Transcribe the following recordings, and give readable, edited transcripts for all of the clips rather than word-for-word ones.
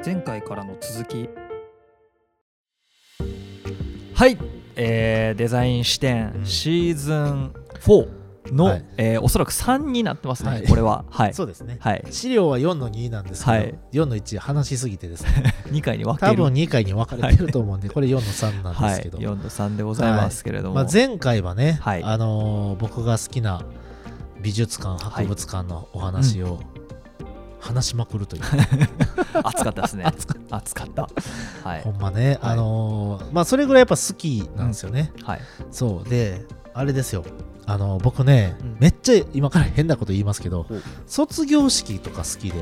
前回からの続き。はい、デザイン視点、シーズン4の、 はいおそらく3になってますね、 はい、 これは。はい、 そうですね、 はい、 資料は4の2なんですけど、 はい、 4の1話しすぎてですね 2回に分ける、 多分2回に分かれてると思うんで、これ4の3なんですけど、 はい、4の3でございますけれども、 前回はね、 はい、 僕が好きな美術館博物館のお話を、話しまくるという熱かったですね熱かった、はい、 ほんまね、それぐらいやっぱ好きなんですよね、 はい、 そうであれですよ、僕ね、めっちゃ今から変なこと言いますけど、卒業式とか好きで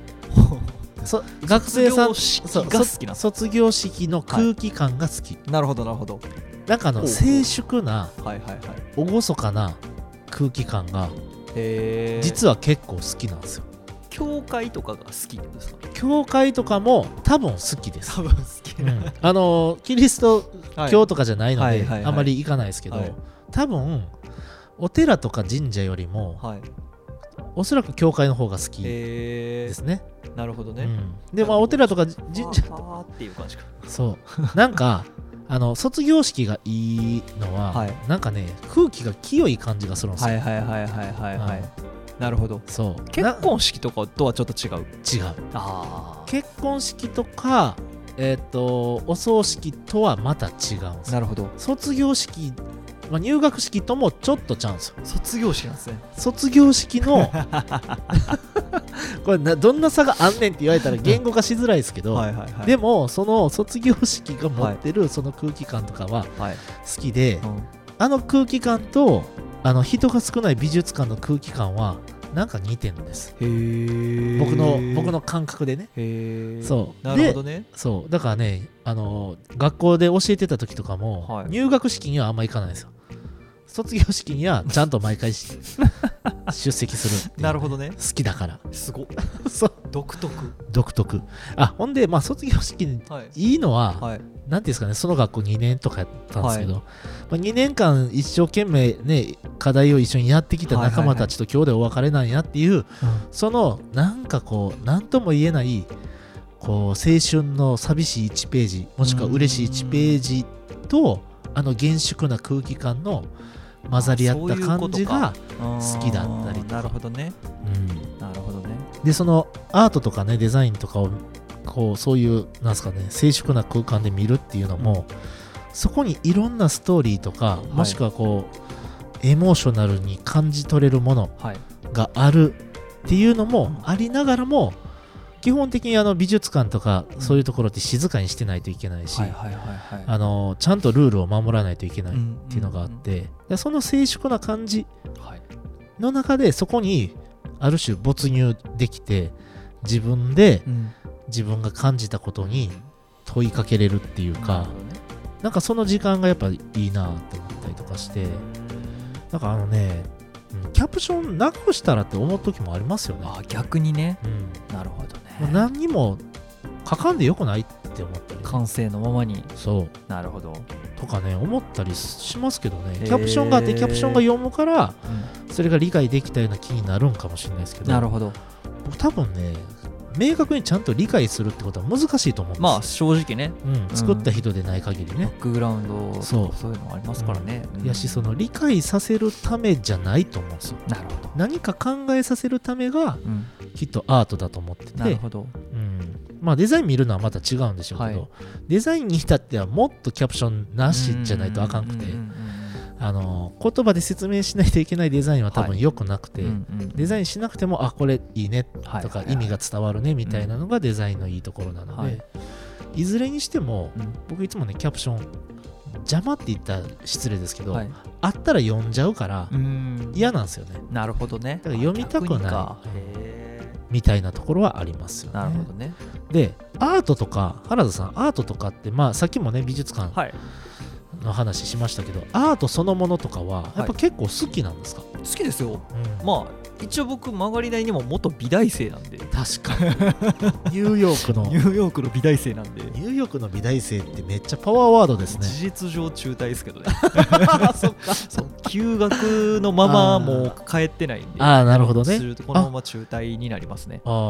学生さん卒業式の空気感が好き、 なるほどなるほど、 なんか静粛な、厳かな空気感が実は結構好きなんですよ。 教会とかが好きですか？ 教会とかも多分好きです。 多分好き、 キリスト教とかじゃないのであんまり行かないですけど、多分お寺とか神社よりも、おそらく教会の方が好きですね。 なるほどね、 でお寺とか神社っていう感じか。 そうなんか卒業式がいいのは、なんかね空気が清い感じがするんですよ。 なるほど。そう結婚式とかとはちょっと違う。結婚式とかお葬式とはまた違うんですよ。 なるほど。 卒業式、入学式ともちょっとちゃうんですよ。 卒業式なんですね。 卒業式のこれどんな差があんねんって言われたら言語化しづらいですけど、でもその卒業式が持ってるその空気感とかは好きで、空気感と人が少ない美術館の空気感はなんか似てるんです。僕の感覚でね。そうなるほどね。 そうだからね、学校で教えてた時とかも、入学式にはあんま行かないんですよ。卒業式にはちゃんと毎回出席するっていう、 なるほどね。 好きだから。 すごっ。 そう独特。ほんで卒業式にいいのは、なんていうんですかね、その学校2年とかやったんですけど、2年間一生懸命ね課題を一緒にやってきた仲間たちと今日でお別れなんやっていう、そのなんかなんとも言えない青春の寂しい1ページもしくは嬉しい1ページと厳粛な空気感の混ざり合った感じが好きだったりとか。 なるほどね。なるほどね。 でそのアートとかねデザインとかをそういうなんですかね静粛な空間で見るっていうのも、そこにいろんなストーリーとか、もしくはエモーショナルに感じ取れるものがあるっていうのもありながらも、基本的に美術館とかそういうところって静かにしてないといけないし、ちゃんとルールを守らないといけないっていうのがあって、でその静粛な感じの中でそこにある種没入できて、自分が感じたことに問いかけれるっていうか、なんかその時間がやっぱいいなと思ったりとかして、なんかキャプションなくしたらって思う時もありますよね。 逆にね、なるほどね。 何にも書かんでよくないって思ったり、 感性のままに。 そうなるほどとかね思ったりしますけどね。キャプションがあってキャプションが読むから、それが理解できたような気になるんかもしれないですけど、 なるほど。 僕多分ね明確にちゃんと理解するってことは難しいと思うんです。 正直ね、 作った人でない限りね、 バックグラウンドそういうのありますからね。 やし、その理解させるためじゃないと思うんですよ。 なるほど。 何か考えさせるためが、きっとアートだと思ってて、 なるほど。 デザイン見るのはまた違うんでしょうけど、デザインに至ってはもっとキャプションなしじゃないとあかんくて、言葉で説明しないといけないデザインは多分良くなくて、デザインしなくてもこれいいねとか意味が伝わるねみたいなのがデザインのいいところなので、いずれにしても僕いつもねキャプション邪魔って言ったら失礼ですけど、あったら読んじゃうから嫌なんですよね。 なるほどね。 だから読みたくないみたいなところはありますよね。 なるほどね。 でアートとか原田さんアートとかってさっきもね美術館の話しましたけど、アートそのものとかはやっぱ結構好きなんですか？ 好きですよ。一応僕曲がり台にも元美大生なんで。 確かにニューヨークの美大生なんで。 ニューヨークの美大生ってめっちゃパワーワードですね。 事実上中退ですけどね。そっか。休学のままもう帰ってないんで。 なるほどね。 このまま中退になりますね。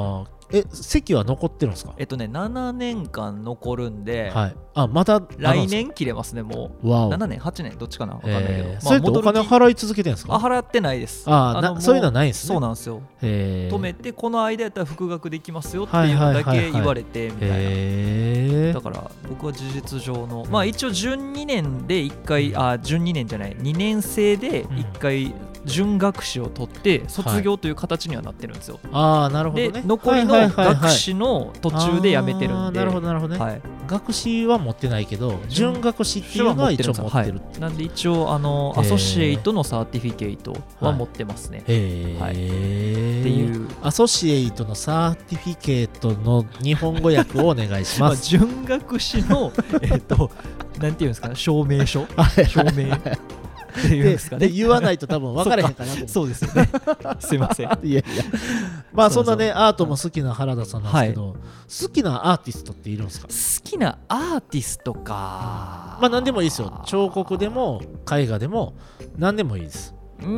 席は残ってるんですか ？7年間残るんで、 はい、また来年切れますね。もう7年8年どっちかな分かんないけど、 それってお金払い続けてるんですか？ 払ってないです。 そういうのはないんですね。 そうなんですよ。止めてこの間やったら復学できますよっていうのだけ言われてみたいな。だから僕は事実上の一応12年で1回12年じゃない2年生で1回準学士を取って卒業という形にはなってるんですよ。 なるほどね。 で残りの学士の途中で辞めてるんで。 なるほどなるほどね。学士は持ってないけど準学士っていうのは一応持ってる。 なんで一応アソシエイトのサーティフィケートは持ってますね。っていうアソシエイトのサーティフィケートの日本語訳をお願いします。 準学士のなんていうんですかね、証明書証明っていうんですかね。 言わないと多分分からへんかなと思う。 そうですよね。すいません。 いやそんなねアートも好きな原田さんなんですけど、好きなアーティストっているんですか？ 好きなアーティストか。 何でもいいですよ。彫刻でも絵画でも何でもいいです。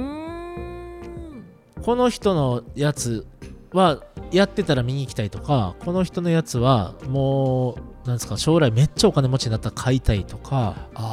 この人のやつはやってたら見に行きたいとか、この人のやつはもうなんですか、将来めっちゃお金持ちになったら買いたいとか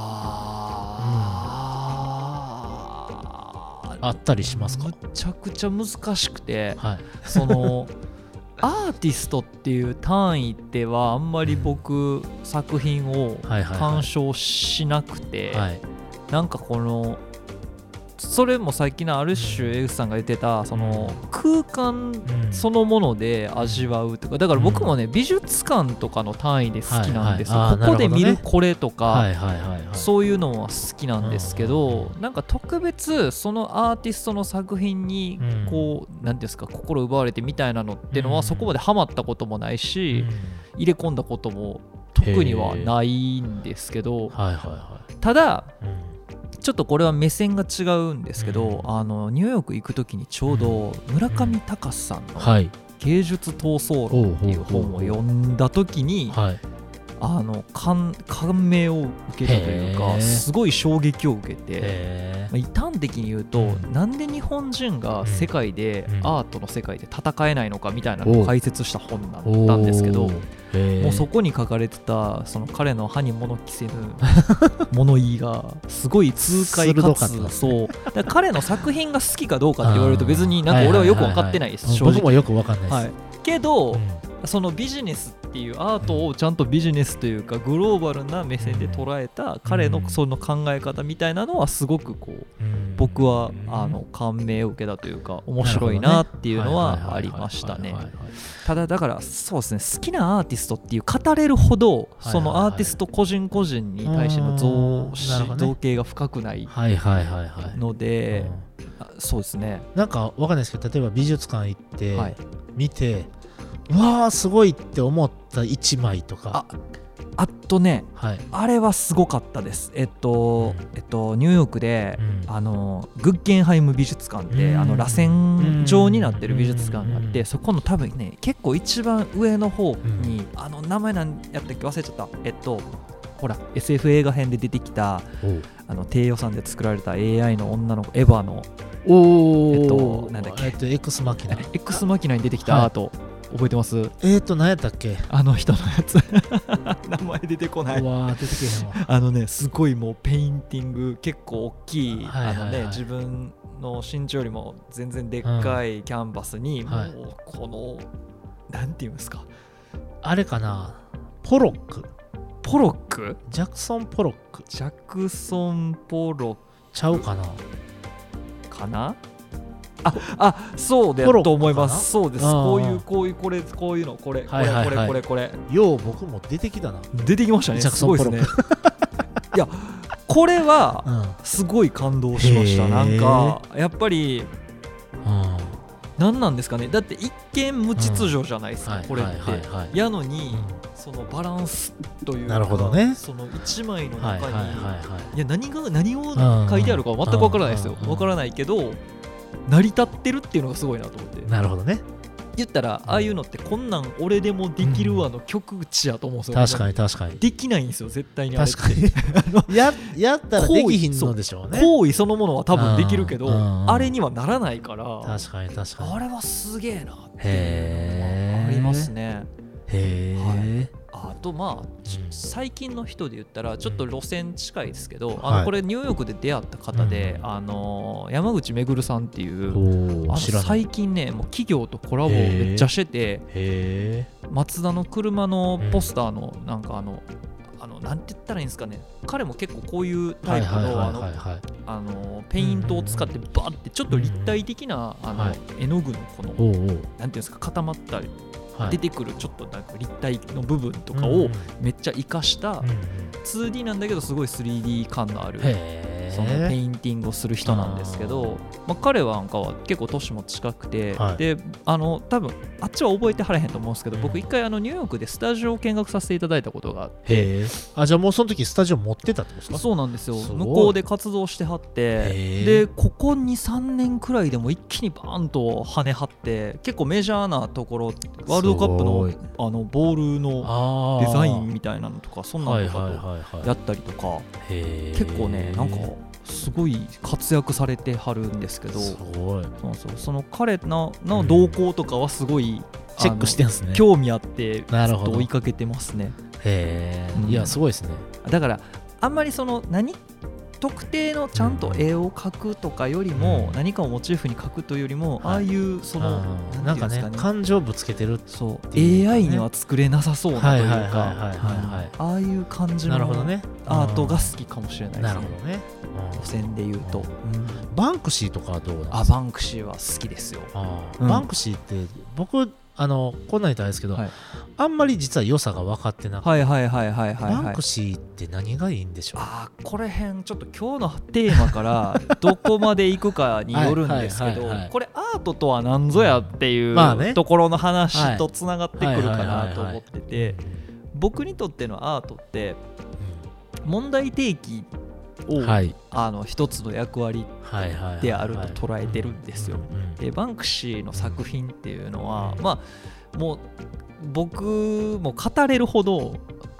あったりしますか？ むちゃくちゃ難しくて、そのアーティストっていう単位ではあんまり僕作品を鑑賞しなくて、なんかそれも最近のある種江口さんが言ってたその空間そのもので味わうとか、だから僕もね美術館とかの単位で好きなんですよ。ここで見るこれとかそういうのは好きなんですけど、なんか特別そのアーティストの作品にこう何ですか心奪われてみたいなのっていうのはそこまでハマったこともないし入れ込んだことも特にはないんですけど、ただちょっとこれは目線が違うんですけど、ニューヨーク行く時にちょうど村上隆さんの「芸術闘争論」っていう本を読んだ時に感銘を受けたというかすごい衝撃を受けて、端的に言うとなんで日本人が世界でアートの世界で戦えないのかみたいなのを解説した本だったんですけど、もうそこに書かれてたその彼の歯に物着せぬ物言いがすごい痛快かつ、そうだ彼の作品が好きかどうかって言われると別になんか俺はよく分かってないです。 僕もよく分かんないです。 けどそのビジネスっていうアートをちゃんとビジネスというかグローバルな目線で捉えた彼のその考え方みたいなのはすごくこう僕は感銘を受けたというか面白いなっていうのはありましたね。ただだからそうですね、好きなアーティストっていう語れるほどそのアーティスト個人個人に対しての造形が深くないので、そうですね。 なんかわかんないですけど、例えば美術館行って見てわーすごいって思った一枚とか。 あとね、あれはすごかったです。ニューヨークで、グッゲンハイム美術館で螺旋状になってる美術館があって、そこの多分ね結構一番上の方に、名前なんやったっけ忘れちゃった。ほら SF 映画編で出てきた低予算で作られた AI の女の子エヴァのなんだっけエクスマキナに出てきたアート、覚えてます？ 何やったっけ、 あの人のやつ名前出てこない。 出てけへんわ。 すごいもうペインティング結構大きい、自分の身長よりも全然でっかいキャンバスに、もうこのなんていうんですか、 あれかな、ポロックジャクソン・ポロックちゃうかなそうだと思います。そうです。こういうこれよう僕も出てきたな。 出てきましたね。すごいですね。いやこれはすごい感動しました。なんかやっぱり何なんですかね。だって一見無秩序じゃないですか、これって。やのにそのバランスというか、その一枚の中にいや何を書いてあるか全く分からないですよ。分からないけど成り立ってるっていうのがすごいなと思って。 なるほどね。 言ったらああいうのってこんなん俺でもできるわの極致やと思うんですよ。 確かにできないんですよ絶対に。あれって確かにやったらできひんのでしょうね。 行為そのものは多分できるけどあれにはならないから。 確かにあれはすげえなっていうのがありますね。 へえ。 あと最近の人で言ったらちょっと路線近いですけど、これニューヨークで出会った方で、山口めぐるさんっていう最近ねもう企業とコラボをめっちゃしてて、マツダの車のポスターのなんかなんて言ったらいいんですかね、彼も結構こういうタイプのペイントを使ってバーってちょっと立体的な絵の具のこのなんていうんですか、固まったり出てくるちょっとなんか立体の部分とかをめっちゃ活かした 2D なんだけどすごい 3D 感のあるそのペインティングをする人なんですけど、彼はなんかは結構年も近くて、で多分あっちは覚えてはれへんと思うんですけど、僕一回ニューヨークでスタジオを見学させていただいたことがあって、 じゃあもうその時スタジオ持ってたってことですか？ そうなんですよ。向こうで活動してはって、でここ 2,3 年くらいでも一気にバーンと跳ね張って、結構メジャーなところワールドカップのボールのデザインみたいなのとかそんなのとかとやったりとか、結構ねなんかすごい活躍されてはるんですけど、その彼の動向とかはすごいチェックしてんすね。 興味あってずっと追いかけてますね。 いやすごいですね。 だからあんまり特定のちゃんと絵を描くとかよりも、何かをモチーフに描くというよりも、ああいうなんかね感情ぶつけてる、 そう AI には作れなさそうなというか、ああいう感じのアートが好きかもしれないですね。 なるほどね。 路線で言うと、 バンクシーとかはどうなんですか？ バンクシーは好きですよ。 バンクシーって僕こんなん言ったらあれですけど、あんまり実は良さが分かってなくて、バンクシーって何がいいんでしょう？ これ辺ちょっと今日のテーマからどこまで行くかによるんですけど、これアートとは何ぞやっていうところの話とつながってくるかなと思ってて、僕にとってのアートって問題提起を一つの役割であると捉えてるんですよ。でバンクシーの作品っていうのは、もう僕も語れるほど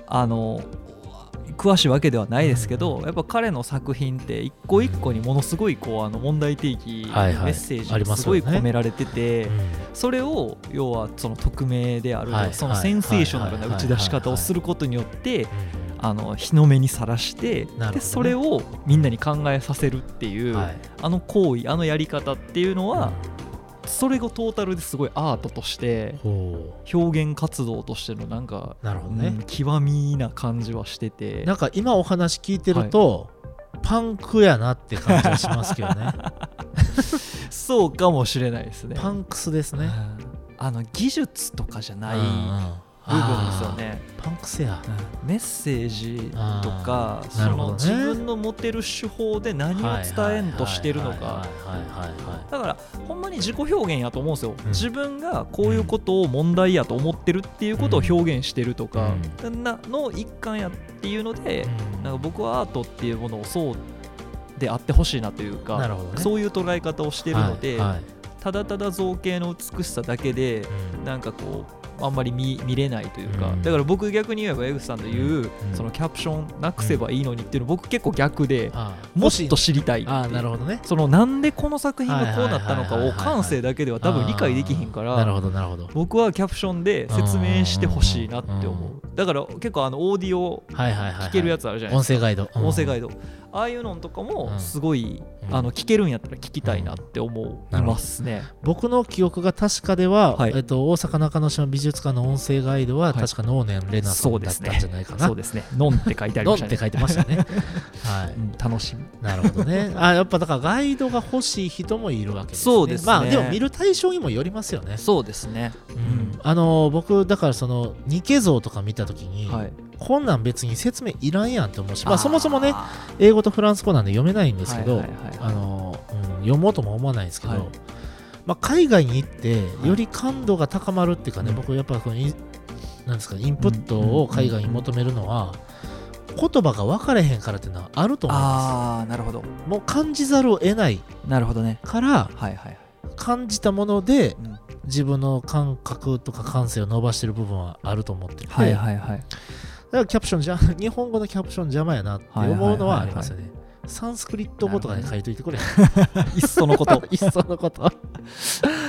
詳しいわけではないですけど、やっぱ彼の作品って一個一個にものすごい問題提起メッセージがすごい込められてて、それを要はその匿名であるそのセンセーショナルな打ち出し方をすることによって日の目にさらして、でそれをみんなに考えさせるっていう、行為やり方っていうのは、それがトータルですごいアートとして表現活動としてのなんか極みな感じはしてて、 なんか今お話聞いてると、パンクやなって感じはしますけどね。 そうかもしれないですね。 パンクスですね。 技術とかじゃない部分ですよね。 パンクスや、 メッセージとかその自分の持てる手法で何を伝えんとしてるのか、だからほんまに自己表現やと思うんですよ。自分がこういうことを問題やと思ってるっていうことを表現してるとかの一環やっていうので、なんか僕はアートっていうものをそうであってほしいなというか、そういう捉え方をしてるので、ただただ造形の美しさだけでなんかこうあんまり 見れないというか、だから僕逆に言えば江口さんの言う、そのキャプションなくせばいいのにっていうの僕結構逆で、もっと知りたいっていう。 なるほどね。 そのなんでこの作品がこうなったのかを感性だけでは多分理解できひんから、僕はキャプションで説明してほしいなって思う。だから結構オーディオ聞けるやつあるじゃないですか、音声ガイド、ああいうのとかもすごい聞けるんやったら聞きたいなって思いますね。 僕の記憶が確かでは、大阪中之島美術館の音声ガイドは確か能年玲奈さんだったんじゃないかな。 そうですね。ノンって書いてありましたね。 ノンって書いてましたね。 はい。楽しみ。 なるほどね。やっぱだからガイドが欲しい人もいるわけですね。 そうですね。 でも見る対象にもよりますよね。 そうですね。 僕だからそのニケ像とか見たときに、こんなん別に説明いらんやんって思うし、そもそもね英語とフランス語なんで読めないんですけど、読もうとも思わないんですけど、海外に行ってより感度が高まるっていうかね、僕やっぱこのなんですか、インプットを海外に求めるのは言葉が分かれへんからっていうのはあると思います。 なるほど。 もう感じざるを得ないから、感じたもので自分の感覚とか感性を伸ばしてる部分はあると思ってて、だからキャプション日本語のキャプション邪魔やなって思うのはありますよね。サンスクリット語とかで書いといてくれ。 いっそのこと。 いっそのこと。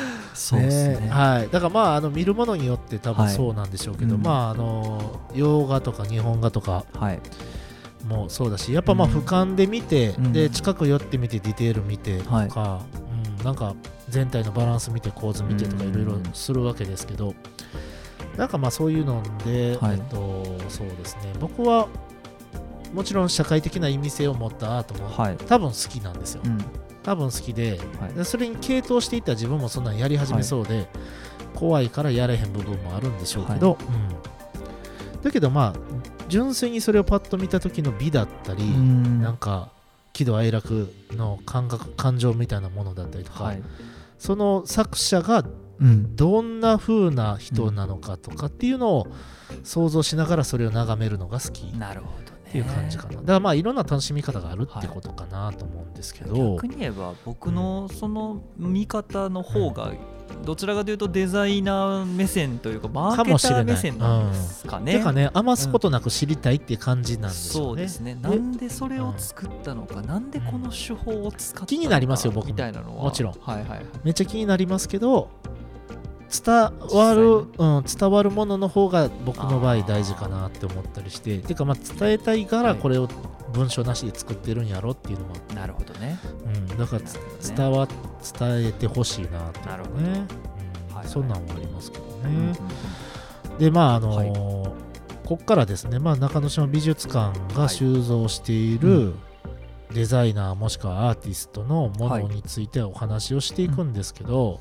そうですね。 はい、だから見るものによって多分そうなんでしょうけど、洋画とか日本画とかもそうだし、やっぱ俯瞰で見て、で近く寄ってみてディテール見てとか、なんか全体のバランス見て構図見てとかいろいろするわけですけど、なんかそういうので、そうですね、僕はもちろん社会的な意味性を持ったアートも多分好きなんですよ。多分好きで、それに傾倒していったら自分もそんなにやり始めそうで、怖いからやれへん部分もあるんでしょうけど、だけど純粋にそれをパッと見た時の美だったり、なんか喜怒哀楽の感情みたいなものだったりとか、その作者がどんな風な人なのかとかっていうのを想像しながらそれを眺めるのが好き。 なるほどね。 っていう感じかな。だからいろんな楽しみ方があるってことかなと思うんですけど、 逆に言えば僕のその見方の方がどちらかというとデザイナー目線というかマーケター目線なんですかね。 てかね、余すことなく知りたいっていう感じなんですよね。 そうですね。なんでそれを作ったのか、なんでこの手法を使ったのか気になりますよ、僕もみたいなのはもちろん、 はいはい、 めっちゃ気になりますけど、伝わるものの方が僕の場合大事かなって思ったりして、てか伝えたいからこれを文章なしで作ってるんやろっていうのも、 なるほどね、 だから伝えてほしいなとかね、そんなんはありますけどね。でこっからですね、中之島美術館が収蔵しているデザイナーもしくはアーティストのものについてお話をしていくんですけど、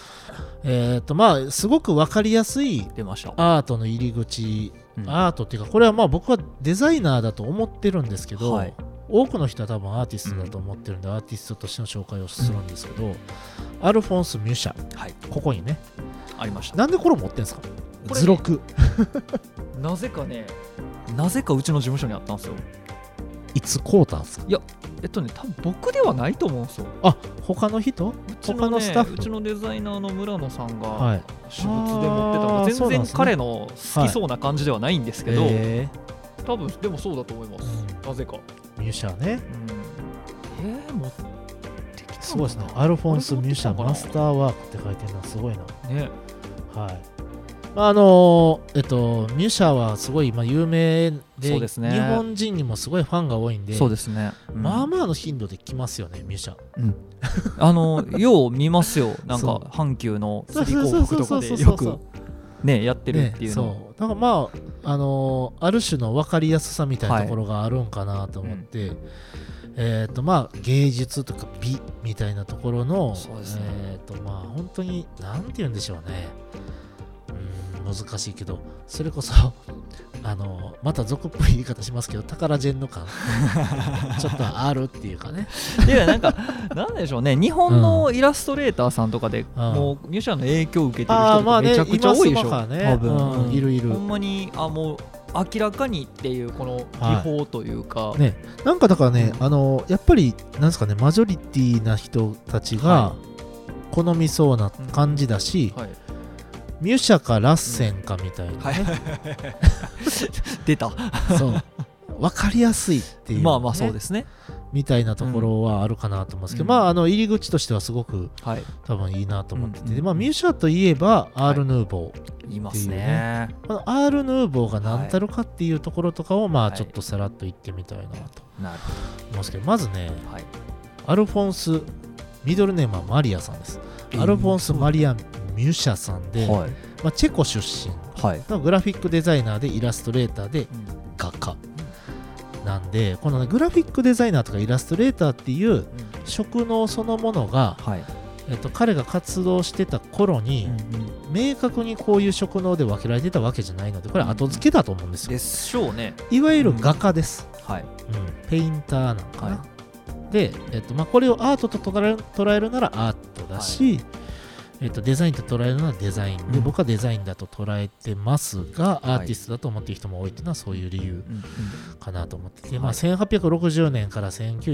すごく分かりやすいアートの入り口、アートっていうか、これは僕はデザイナーだと思ってるんですけど、多くの人は多分アーティストだと思ってるんで、アーティストとしての紹介をするんですけど、アルフォンス・ミュシャ、ここにねありました。 なんでこれ持ってんですか？図録なぜかうちの事務所にあったんですよ。 いつ買うたんですか？ いや多分僕ではないと思うんですよ。 他の人？他のスタッフ？うちのデザイナーの村野さんが私物で持ってた、全然彼の好きそうな感じではないんですけど、多分でもそうだと思います。なぜかミュシャね、 持ってきたのかな。 すごいですね。アルフォンス・ミュシャマスターワークって書いてるのはすごいなね。 ミュシャはすごい有名で、 そうですね、 日本人にもすごいファンが多いんで、 そうですね、 まあの頻度で来ますよね、ミュシャ。 よう見ますよ。なんか阪急の釣り広告とかでよくねやってるっていうの。 だからある種の分かりやすさみたいなところがあるんかなと思って、芸術とか美みたいなところの、本当になんて言うんでしょうね。難しいけど、それこそまた俗っぽい言い方しますけど、タカラジェンの感ちょっとあるっていうかね。 いやなんでしょうね、日本のイラストレーターさんとかで、もうミュシャの影響を受けてる人とかめちゃくちゃ多いでしょ。多分いるほんまにもう明らかにっていうこの技法というか、 なんかだからね、やっぱりなんですかね、マジョリティな人たちが好みそうな感じだし、ミュシャかラッセンかみたいなね、 出たそう分かりやすいっていう、 そうですねみたいなところはあるかなと思いますけど、入り口としてはすごく、多分いいなと思ってて、ミュシャといえばアール・ヌーボーっていういますね。 このアール・ヌーボーが何たるかっていうところとかをちょっとさらっと言ってみたいなと思いますけど、まずね、アルフォンス、ミドルネームはマリアさんです。アルフォンス・マリア・ミュシャさんで、チェコ出身のグラフィックデザイナーでイラストレーターで画家なんで、この、グラフィックデザイナーとかイラストレーターっていう職能そのものが、彼が活動してた頃に、明確にこういう職能で分けられてたわけじゃないので、これは後付けだと思うんですよ。 でしょうね。 いわゆる画家です。ペインターなんかな。で、これをアートと捉えるならアートだし、デザインと捉えるのはデザインで、僕はデザインだと捉えてますが、アーティストだと思っている人も多いというのはそういう理由かなと思ってて、1860年から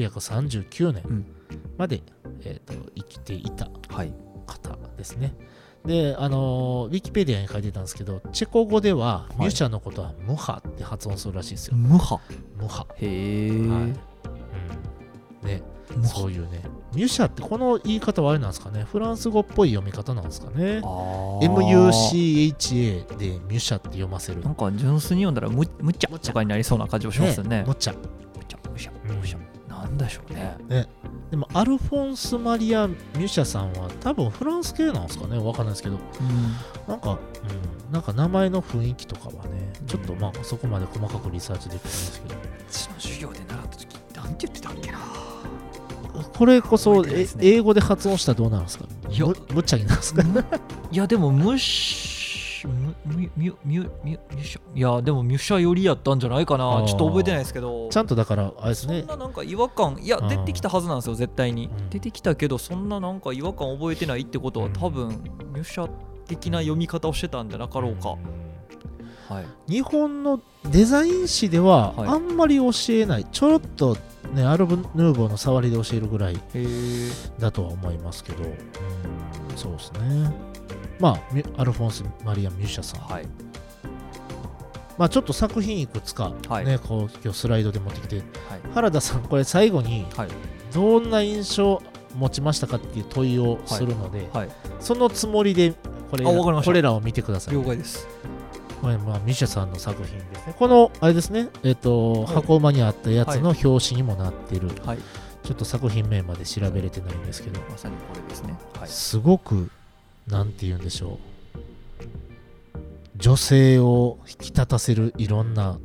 1939年まで、生きていた方ですね。で、ウィキペディアに書いてたんですけど、チェコ語ではミュシャのことはムハって発音するらしいですよ。 ムハ。 ムハ。 へー。 ね。 そういうね、ミュシャってこの言い方はあれなんですかね、フランス語っぽい読み方なんですかね。MUCHA でミュシャって読ませる。 なんか純粋に読んだらむちゃとかになりそうな感じもしますよね。 むちゃなんでしょうね。 でもアルフォンス・マリア・ミュシャさんは多分フランス系なんですかね、わかんないですけど、なんか名前の雰囲気とかはね、ちょっとまあそこまで細かくリサーチできないんですけど、 私の授業で習った時なんて言ってたっけな。 これこそ、英語で発音したらどうなるんですか。むっちゃになるんですか。 いやでもミュシャ、いやでもミュシャよりやったんじゃないかな。ちょっと覚えてないですけど、 ちゃんとだからあれですね、 そんななんか違和感、いや出てきたはずなんですよ絶対に、出てきたけどそんななんか違和感覚えてないってことは、多分ミュシャ的な読み方をしてたんじゃなかろうか。 日本のデザイン誌ではあんまり教えない、ちょろっとね、アルブ・ヌーボーの触りで教えるぐらいだとは思いますけど、そうですね。まあアルフォンス・マリア・ミュシャさん、まあちょっと作品いくつかね、こう今日スライドで持ってきて、原田さんこれ最後にどんな印象を持ちましたかっていう問いをするので、そのつもりでこれらを見てください。 了解です。 これまあミシャさんの作品ですね。このあれですね、箱馬にあったやつの表紙にもなっている、ちょっと作品名まで調べれてないんですけど、 まさにこれですね。 すごくなんて言うんでしょう、女性を引き立たせるいろんな、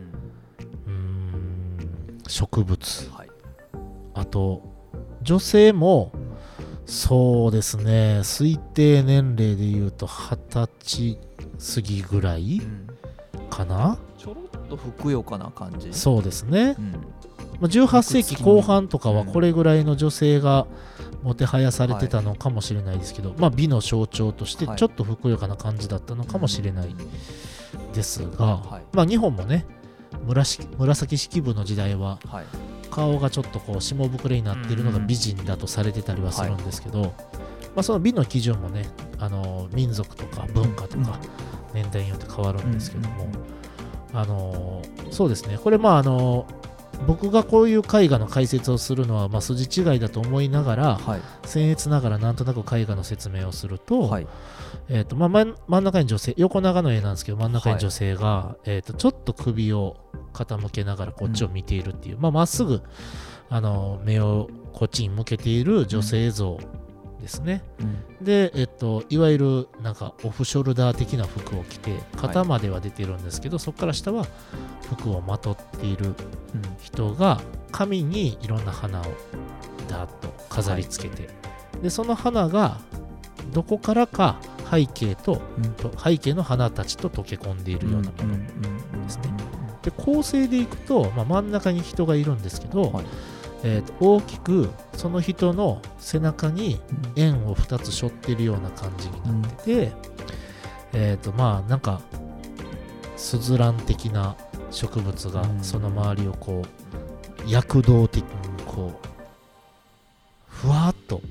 植物、あと女性もそうですね、推定年齢でいうと20歳過ぎぐらいかな、 ちょろっとふくよかな感じ。 そうですね、18世紀後半とかはこれぐらいの女性がもてはやされてたのかもしれないですけど、まあ美の象徴としてちょっとふくよかな感じだったのかもしれないですが、まあ日本もね、紫式部の時代は顔がちょっとこう下膨れになっているのが美人だとされてたりはするんですけど、まあその美の基準もね、民族とか文化とか年代によって変わるんですけども、そうですね、これまあ僕がこういう絵画の解説をするのはまあ筋違いだと思いながら、僭越ながらなんとなく絵画の説明をすると、まあ真ん中に女性、横長の絵なんですけど真ん中に女性が、ちょっと首を傾けながらこっちを見ているっていう、まっすぐ目をこっちに向けている女性像ですね。で、いわゆるなんかオフショルダー的な服を着て肩までは出てるんですけど、そこから下は服をまとっている人が髪にいろんな花をダーッと飾り付けて、でその花がどこからか背景の花たちと溶け込んでいるようなものですね。で構成でいくと、真ん中に人がいるんですけど、大きくその人の背中に円を2つ背負っているような感じになってて、なんかスズラン的な植物がその周りをこう躍動的にこうふわっと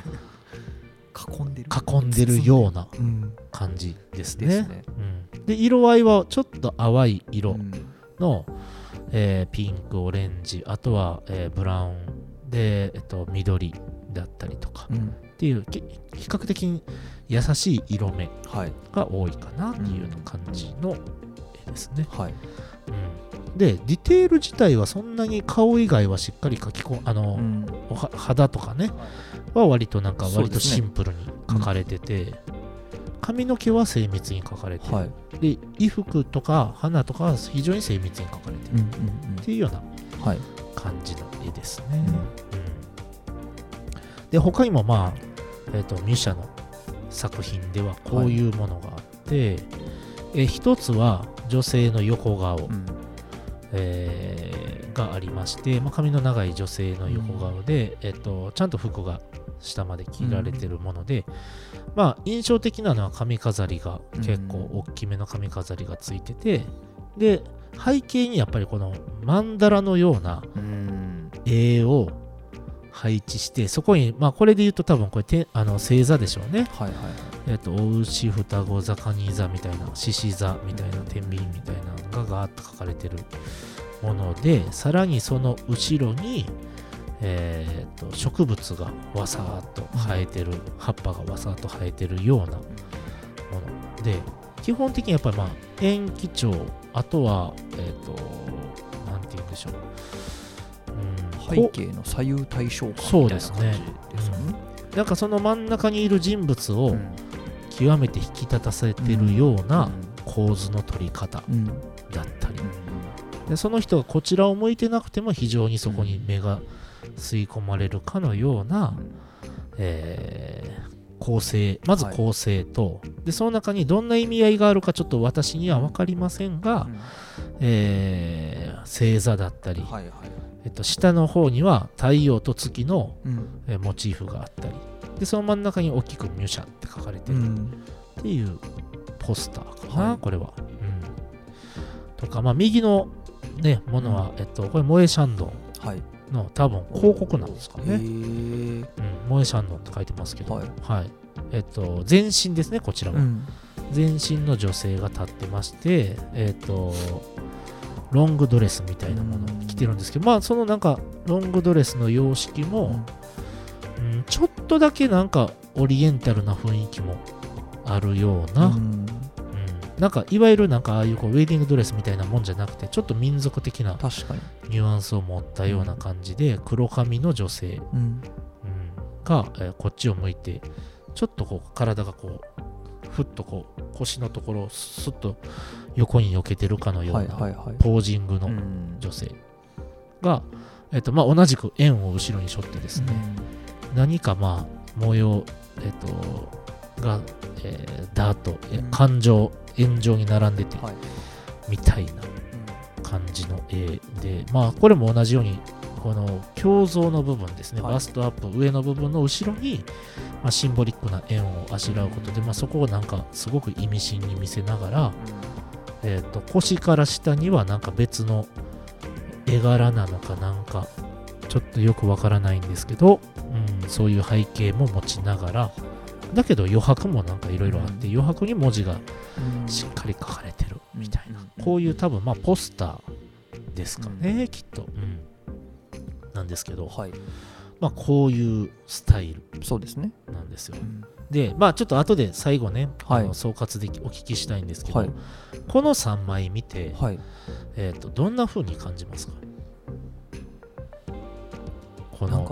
囲んでるような感じですね。で色合いはちょっと淡い色の、ピンク、オレンジ、あとは、ブラウンで、緑だったりとか、っていう比較的に優しい色目が多いかなっていうような感じの絵ですね。でディテール自体はそんなに顔以外はしっかり肌とかねは割と割とシンプルに描かれてて、髪の毛は精密に描かれてる、で衣服とか花とかは非常に精密に描かれてるっていうような感じの絵ですね。で他にもミュシャの作品ではこういうものがあって、一つは女性の横顔、がありまして、髪の長い女性の横顔で、ちゃんと服が下まで着られてるもので、印象的なのは髪飾りが結構大きめの髪飾りがついてて、で背景にやっぱりこのマンダラのような絵を配置して、そこにこれで言うと多分これ星座でしょうね。お牛、双子座、蟹座みたいな、獅子座みたいな、天秤みたいなのがガーッと書かれてるもので、さらにその後ろに、 植物がわさーっと生えてる、葉っぱがわさーっと生えてるようなもので、基本的にやっぱり塩基調、あとはなんて言うんでしょう、 背景の左右対称感みたいな感じですよね。 そうですね。なんかその真ん中にいる人物を極めて引き立たせてるような構図の取り方だったり、でその人がこちらを向いてなくても非常にそこに目が吸い込まれるかのような、構成、まず構成と、でその中にどんな意味合いがあるかちょっと私には分かりませんが、星座だったり、下の方には太陽と月の、モチーフがあったり、でその真ん中に大きくミュシャって書かれてるっていうポスターかな、これは。とか、右の、ね、ものは、これモエシャンドンの多分広告なんですかね。モエシャンドンって書いてますけど、全身ですね、こちらは。全身の女性が立ってまして、ロングドレスみたいなものを着てるんですけど、そのなんかロングドレスの様式も、ちょっとだけなんかオリエンタルな雰囲気もあるような、なんかいわゆるなんかああいうウェディングドレスみたいなもんじゃなくて、ちょっと民族的なニュアンスを持ったような感じで、黒髪の女性が、こっちを向いて、ちょっとこう体がこうふっとこう腰のところをスッと横に避けてるかのようなポージングの女性が、同じく円を後ろに背負ってですね、何か模様、が、ダーッと感情円状に並んでて、みたいな感じの絵で、これも同じようにこの胸像の部分ですね、バストアップ上の部分の後ろに、シンボリックな円をあしらうことで、そこをなんかすごく意味深に見せながら、腰から下にはなんか別の絵柄なのかなんかちょっとよくわからないんですけど、そういう背景も持ちながら、だけど余白もなんかいろいろあって、余白に文字がしっかり書かれてるみたいな、こういう多分ポスターですかね、きっと、なんですけど、こういうスタイルなんですよ。で、ちょっと後で最後ね、総括でお聞きしたいんですけど、この3枚見て、どんな風に感じますか？この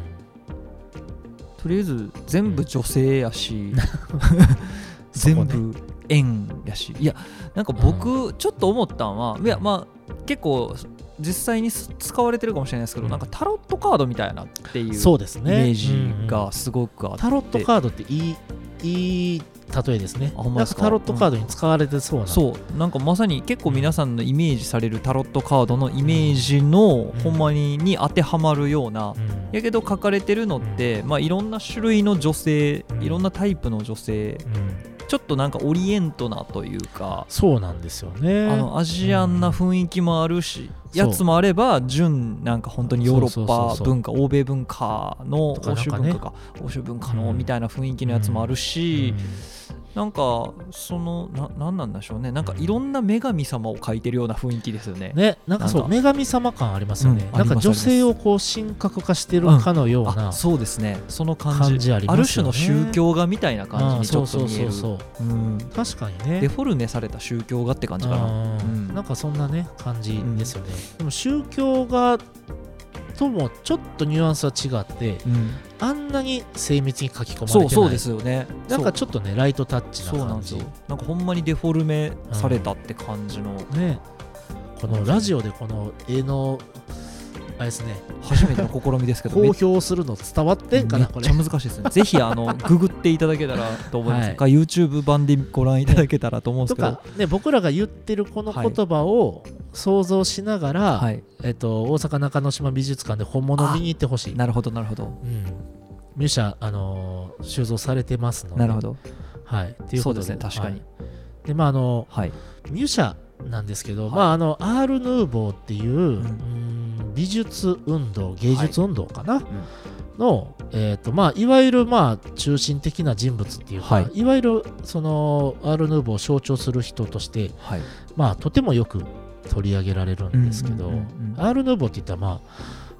とりあえず全部女性やし、全部円やし、いやなんか僕ちょっと思ったんは、いや結構実際に使われてるかもしれないですけど、なんかタロットカードみたいなっていうイメージがすごくあって、 タロットカードっていい例えですね。なんかタロットカードに使われてそうな、 そうなんかまさに結構皆さんのイメージされるタロットカードのイメージのほんまに当てはまるような、やけど書かれてるのって、いろんな種類の女性、いろんなタイプの女性、ちょっとなんかオリエントなというか、 そうなんですよね。 アジアンな雰囲気もあるし、やつもあれば純なんか本当にヨーロッパ文化、欧米文化の欧州文化か、欧州文化のみたいな雰囲気のやつもあるし、なんかなんなんでしょうね、なんかいろんな女神様を描いてるような雰囲気ですよね。 なんかそう女神様感ありますよね。なんか女性をこう神格化してるかのような、 そうですね、その感じありますよね。ある種の宗教画みたいな感じにちょっと見える。 確かにね、 デフォルメされた宗教画って感じかな。 なんかそんなね感じですよね。でも宗教画ともちょっとニュアンスは違って、あんなに精密に書き込まれてない。 そうですよね。 なんかちょっとねライトタッチな感じ。 なんかほんまにデフォルメされたって感じの、 このラジオでこの絵のあれですね、 初めての試みですけど、 公表するの伝わってんかな、これ。 めっちゃ難しいですね。ぜひググっていただけたらと思いますか、YouTube 版でご覧いただけたらと思うんですけど、 僕らが言ってるこの言葉を想像しながら、大阪中之島美術館で本物を見に行ってほしい。 なるほどなるほど。 ミュシャ収蔵されてますので。 なるほど。 っていうことで、 そうですね、確かに。 でミュシャなんですけど、アール・ヌーボーっていう、美術運動、芸術運動かな、の、いわゆる中心的な人物っていうか、いわゆるそのアール・ヌーボーを象徴する人として、とてもよく取り上げられるんですけど、アール・ヌーボーって言ったら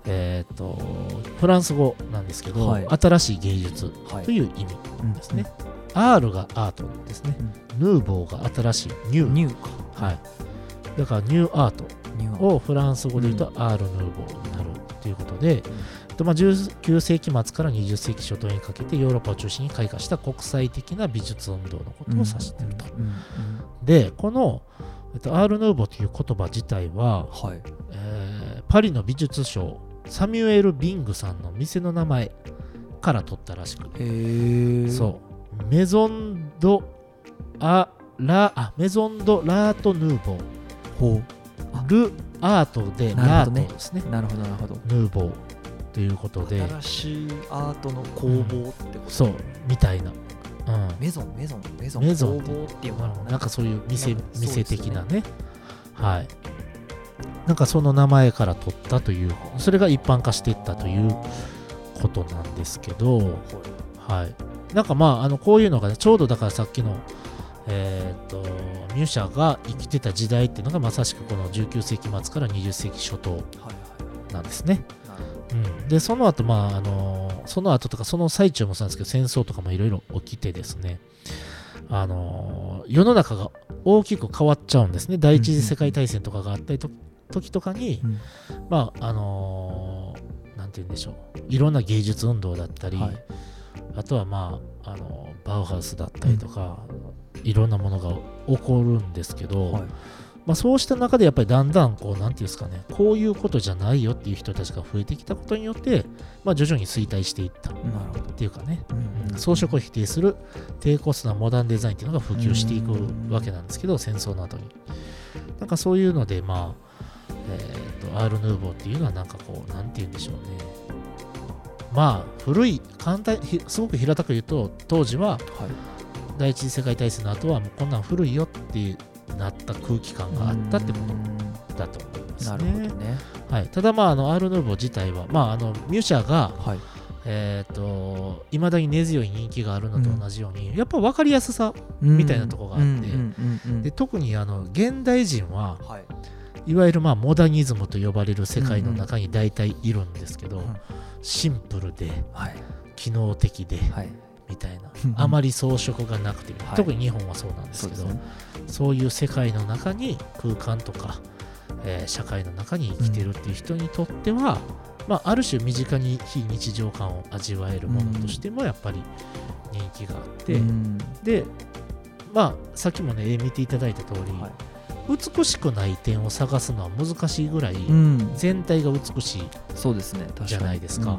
フランス語なんですけど、はい、新しい芸術という意味ですね、R がアートですね、ヌーボーが新しいニューか、はい、だからニューアートをフランス語で言うと R ヌーボーになるということで、19世紀末から20世紀初頭にかけてヨーロッパを中心に開花した国際的な美術運動のことを指していると。でこの、アール・ヌーボーという言葉自体は、はい、パリの美術商サミュエル・ビングさんの店の名前から取ったらしく、そうメゾンド・ラート・ヌーボー、ル・アートでラートですね。 なるほどなるほど。 ヌーボーということで新しいアートの工房ってこと、 そうみたいな、 メゾン工房っていうのかな、 なんかそういう店的なね、はい、なんかその名前から取ったという、それが一般化していったということなんですけど、はい、なんかこういうのが、ね、ちょうどだからさっきのミュシャが生きてた時代っていうのがまさしくこの19世紀末から20世紀初頭なんですね。でその後その後とかその最中もそうなんですけど、戦争とかもいろいろ起きてですね、世の中が大きく変わっちゃうんですね。第一次世界大戦とかがあったり時とかに、なんて言うんでしょう、いろんな芸術運動だったり、はい、あとはバウハウスだったりとか、いろんなものが起こるんですけど、はい、そうした中でやっぱりだんだんなんていうんですかね、こういうことじゃないよっていう人たちが増えてきたことによって、徐々に衰退していったっていうかね、装飾を否定する低コストなモダンデザインっていうのが普及していくわけなんですけど、戦争の後になんかそういうのでアール・ヌーボーっていうのはなんかなんて言うんでしょうね、古いすごく平たく言うと当時は、第一次世界大戦の後はもうこんなん古いよってなった空気感があったってことだと思いますね。 なるほどね。 はい、ただアール・ヌーボー自体はミュシャが、未だに根強い人気があるのと同じように、やっぱ分かりやすさみたいなところがあって、で特に現代人は、いわゆるモダニズムと呼ばれる世界の中に大体いるんですけど、シンプルで、機能的で、みたいなあまり装飾がなくて、特に日本はそうなんですけど、そういう世界の中に空間とか、社会の中に生きてるっていう人にとっては、ある種身近に非日常感を味わえるものとしてもやっぱり人気があって、でさっきもね絵見ていただいた通り、美しくない点を探すのは難しいぐらい、全体が美しいじゃないですか。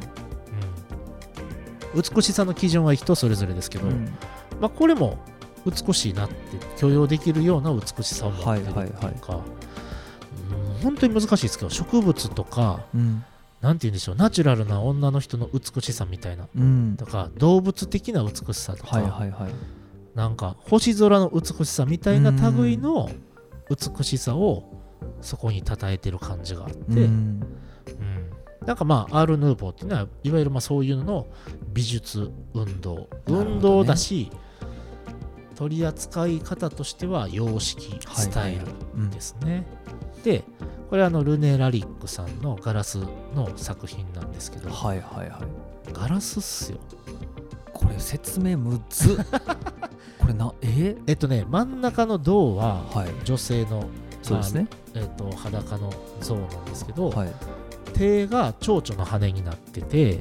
美しさの基準は人それぞれですけど、これも美しいなって許容できるような美しさを持っているっていうか、本当に難しいですけど、植物とか、なんて言うんでしょう、ナチュラルな女の人の美しさみたいな、とか動物的な美しさとか、なんか星空の美しさみたいな類の美しさをそこに称えてる感じがあって、なんかアール・ヌーボーっていうのはいわゆるそういうのの美術運動だし、取り扱い方としては様式スタイルですね。でこれはルネ・ラリックさんのガラスの作品なんですけど、ガラスっすよ。 これ説明むずこれ真ん中の銅は女性の、 そうですね、 裸の像なんですけど、手が蝶々の羽になってて、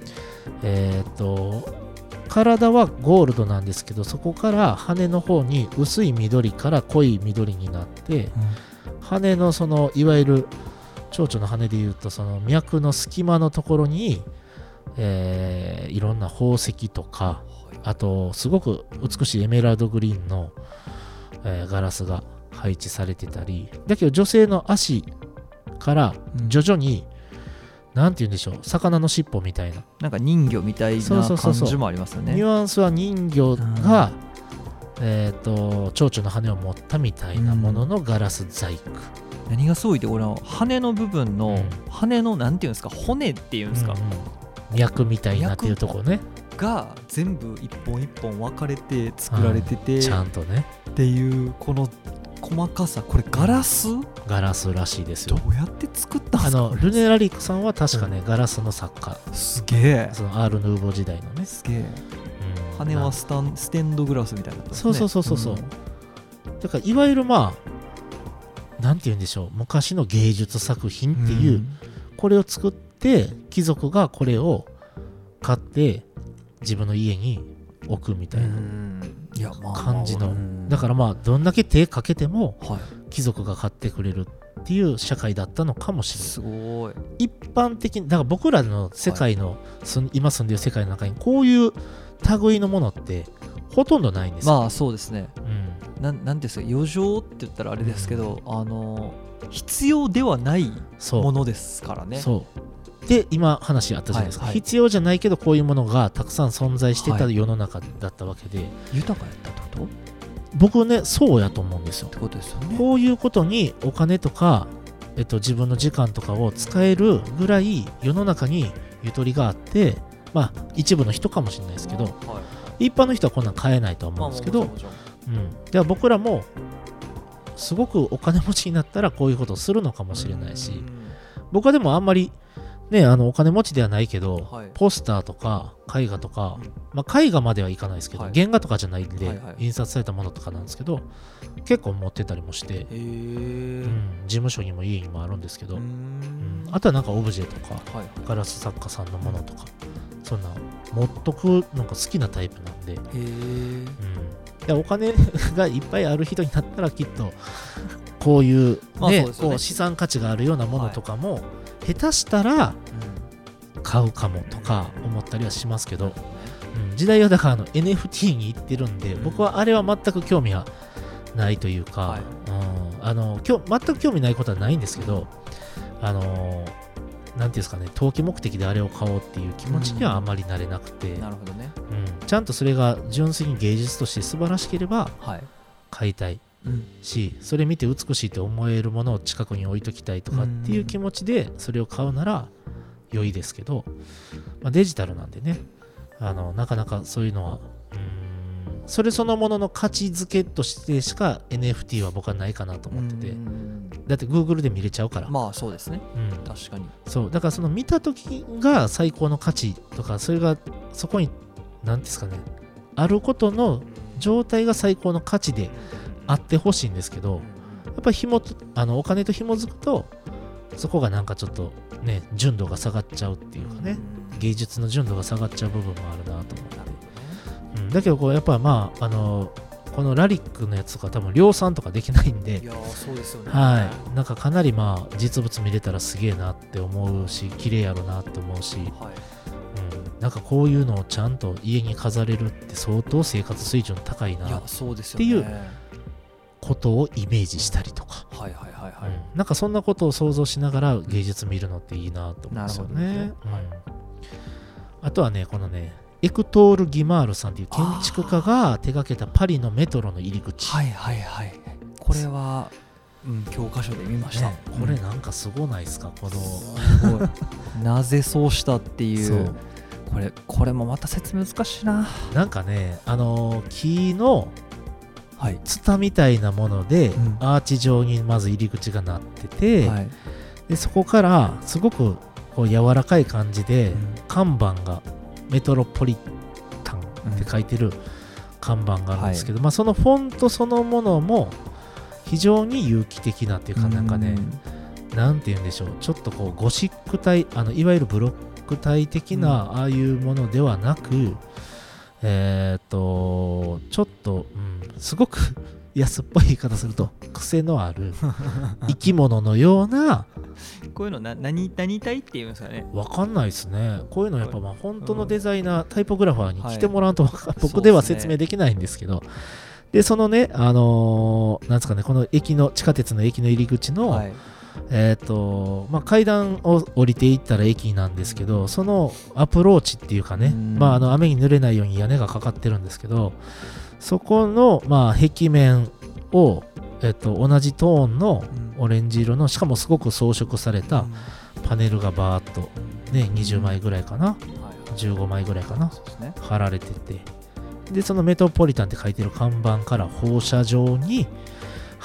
体はゴールドなんですけど、そこから羽の方に薄い緑から濃い緑になって、羽のいわゆる蝶々の羽でいうとその脈の隙間のところに、いろんな宝石とか、あとすごく美しいエメラルドグリーンの、ガラスが配置されてたり、だけど女性の足から徐々に、なんて言うんでしょう、魚の尻尾みたいな、 なんか人魚みたいな感じもありますよね。 ニュアンスは人魚が、蝶々の羽を持ったみたいなもののガラス細工。 何がすごいって、この羽の部分の、羽のなんていうんですか、骨っていうんですか、 脈みたいなっていうところねが全部一本一本分かれて作られてて、 ちゃんとねっていうこ細かさ、これガラスらしいですよ。 どうやって作ったんですか？ ルネ・ラリックさんは確かね、ガラスの作家。 すげえ。 そのアール・ヌーボー時代のね。 すげえ。羽はステンドグラスみたいな、ね、 そう、だからいわゆるなんて言うんでしょう、昔の芸術作品っていう、これを作って貴族がこれを買って自分の家に置くみたいな感じの、だからどんだけ手かけても貴族が買ってくれるっていう社会だったのかもしれない。 すごい。 一般的にだから僕らの世界の、今住んでる世界の中にこういう類のものってほとんどないんですよ。 そうですね。なんですか、余剰って言ったらあれですけど、必要ではないものですからね。 そうで、今話あったじゃないですか、必要じゃないけどこういうものがたくさん存在してた世の中だったわけで、 豊かやったってこと？ 僕ね、そうやと思うんですよ。 ってことですよね。 こういうことにお金とか、自分の時間とかを使えるぐらい世の中にゆとりがあって、一部の人かもしれないですけど、一般の人はこんなん買えないと思うんですけど、では僕らもすごくお金持ちになったらこういうことをするのかもしれないし、僕はでもあんまりね、お金持ちではないけど、ポスターとか絵画とか、絵画まではいかないですけど、原画とかじゃないんで、印刷されたものとかなんですけど、結構持ってたりもして、事務所にも家にもあるんですけど、あとはなんかオブジェとか、ガラス作家さんのものとか、そんな持っとくのが好きなタイプなんで、お金がいっぱいある人になったらきっとこういうね、こう資産価値があるようなものとかも下手したら買うかもとか思ったりはしますけど、時代はだから NFT に行ってるんで、僕はあれは全く興味はないというか、全く興味ないことはないんですけど、なんていうんですかね、投機目的であれを買おうっていう気持ちにはあまりなれなくて、 なるほどね。 ちゃんとそれが純粋に芸術として素晴らしければ買いたいし、それ見て美しいと思えるものを近くに置いときたいとかっていう気持ちでそれを買うなら良いですけど、デジタルなんでね、なかなかそういうのはそれそのものの価値付けとしてしか NFT は僕はないかなと思ってて、だって Google で見れちゃうから。 そうですね、確かに。 そうだからその見た時が最高の価値とか、それがそこに何ですかね、あることの状態が最高の価値であってほしいんですけど、やっぱりお金と紐づくとそこがなんかちょっとね、純度が下がっちゃうっていうかね、芸術の純度が下がっちゃう部分もあるなと思って、だけどこうやっぱこのラリックのやつとか多分量産とかできないんで、 そうですよね。 なんかかなり実物見れたらすげえなって思うし、綺麗やろなって思うし、なんかこういうのをちゃんと家に飾れるって相当生活水準高いなっていうことをイメージしたりとか、なんかそんなことを想像しながら芸術見るのっていいなと思うんですよね。あとはね、このね、エクトール・ギマールさんっていう建築家が手掛けたパリのメトロの入り口。 これは、教科書で見ました。 これなんかすごないですか、このなぜそうしたっていう。これもまた説明難しいな。 なんかね、木のツタみたいなもので、アーチ状にまず入り口がなってて、でそこからすごくこう柔らかい感じで、看板がメトロポリタンって書いてる看板があるんですけど、そのフォントそのものも非常に有機的なっていうか、なんかね、なんて言うんでしょう、ちょっとこうゴシック体、いわゆるブロック体的なああいうものではなく、ちょっと、すごく安っぽい言い方すると癖のある生き物のようなこういうの何体って言うんですかね。 わかんないですね。こういうのやっぱ本当のデザイナー、タイポグラファーに来てもらうと、僕では説明できないんですけど、でそのね、なんですかね、この地下鉄の駅の入り口の、階段を降りていったら駅なんですけど、そのアプローチっていうかね、雨に濡れないように屋根がかかってるんですけど、そこの、壁面を、同じトーンのオレンジ色の、しかもすごく装飾されたパネルがバーッと、ね、20枚ぐらいかな、15枚ぐらいかな、貼られてて、でそのメトロポリタンって書いてる看板から放射状に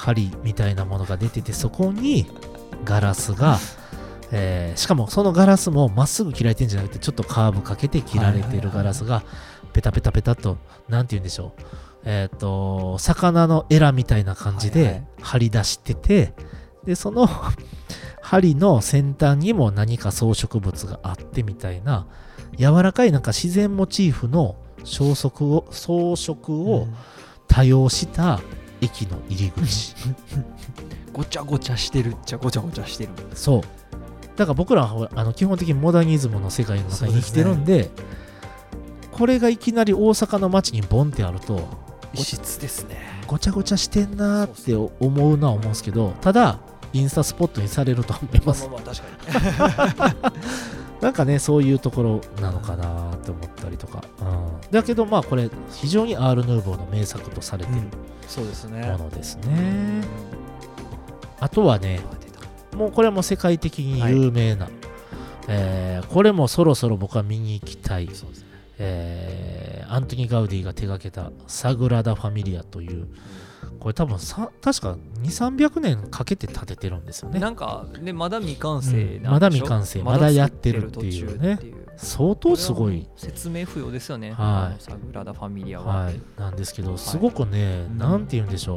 針みたいなものが出てて、そこにガラスがしかもそのガラスもまっすぐ切られてるんじゃなくてちょっとカーブかけて切られてるガラスがペタペタペタとなんて言うんでしょう、魚のエラみたいな感じで張り出してて、でその針の先端にも何か装飾物があってみたいな柔らかいなんか自然モチーフの装飾を多用した駅の入り口ごちゃごちゃしてるっちゃごちゃごちゃしてる。 そうだから僕らは基本的にモダニズムの世界の中に生きてるんで、これがいきなり大阪の街にボンってあると異質ですね。 ごちゃごちゃしてんなーって思うのは思うんですけど、ただインスタスポットにされると思います。 確かになんかね、そういうところなのかなって思ったりとか、だけどまあこれ非常にアール・ヌーボーの名作とされてるそうですねものですね。あとはね、もうこれはもう世界的に有名な、これもそろそろ僕は見に行きたい、アントニ・ガウディが手掛けたサグラダ・ファミリアという、これ多分確か2、300年かけて建ててるんですよね。 なんかね、まだ未完成なんでしょ、 まだ未完成、まだやってるっていうね、相当すごい説明不要ですよね、 はい、 サグラダ・ファミリアは、 なんですけど、すごくね、なんて言うんでしょ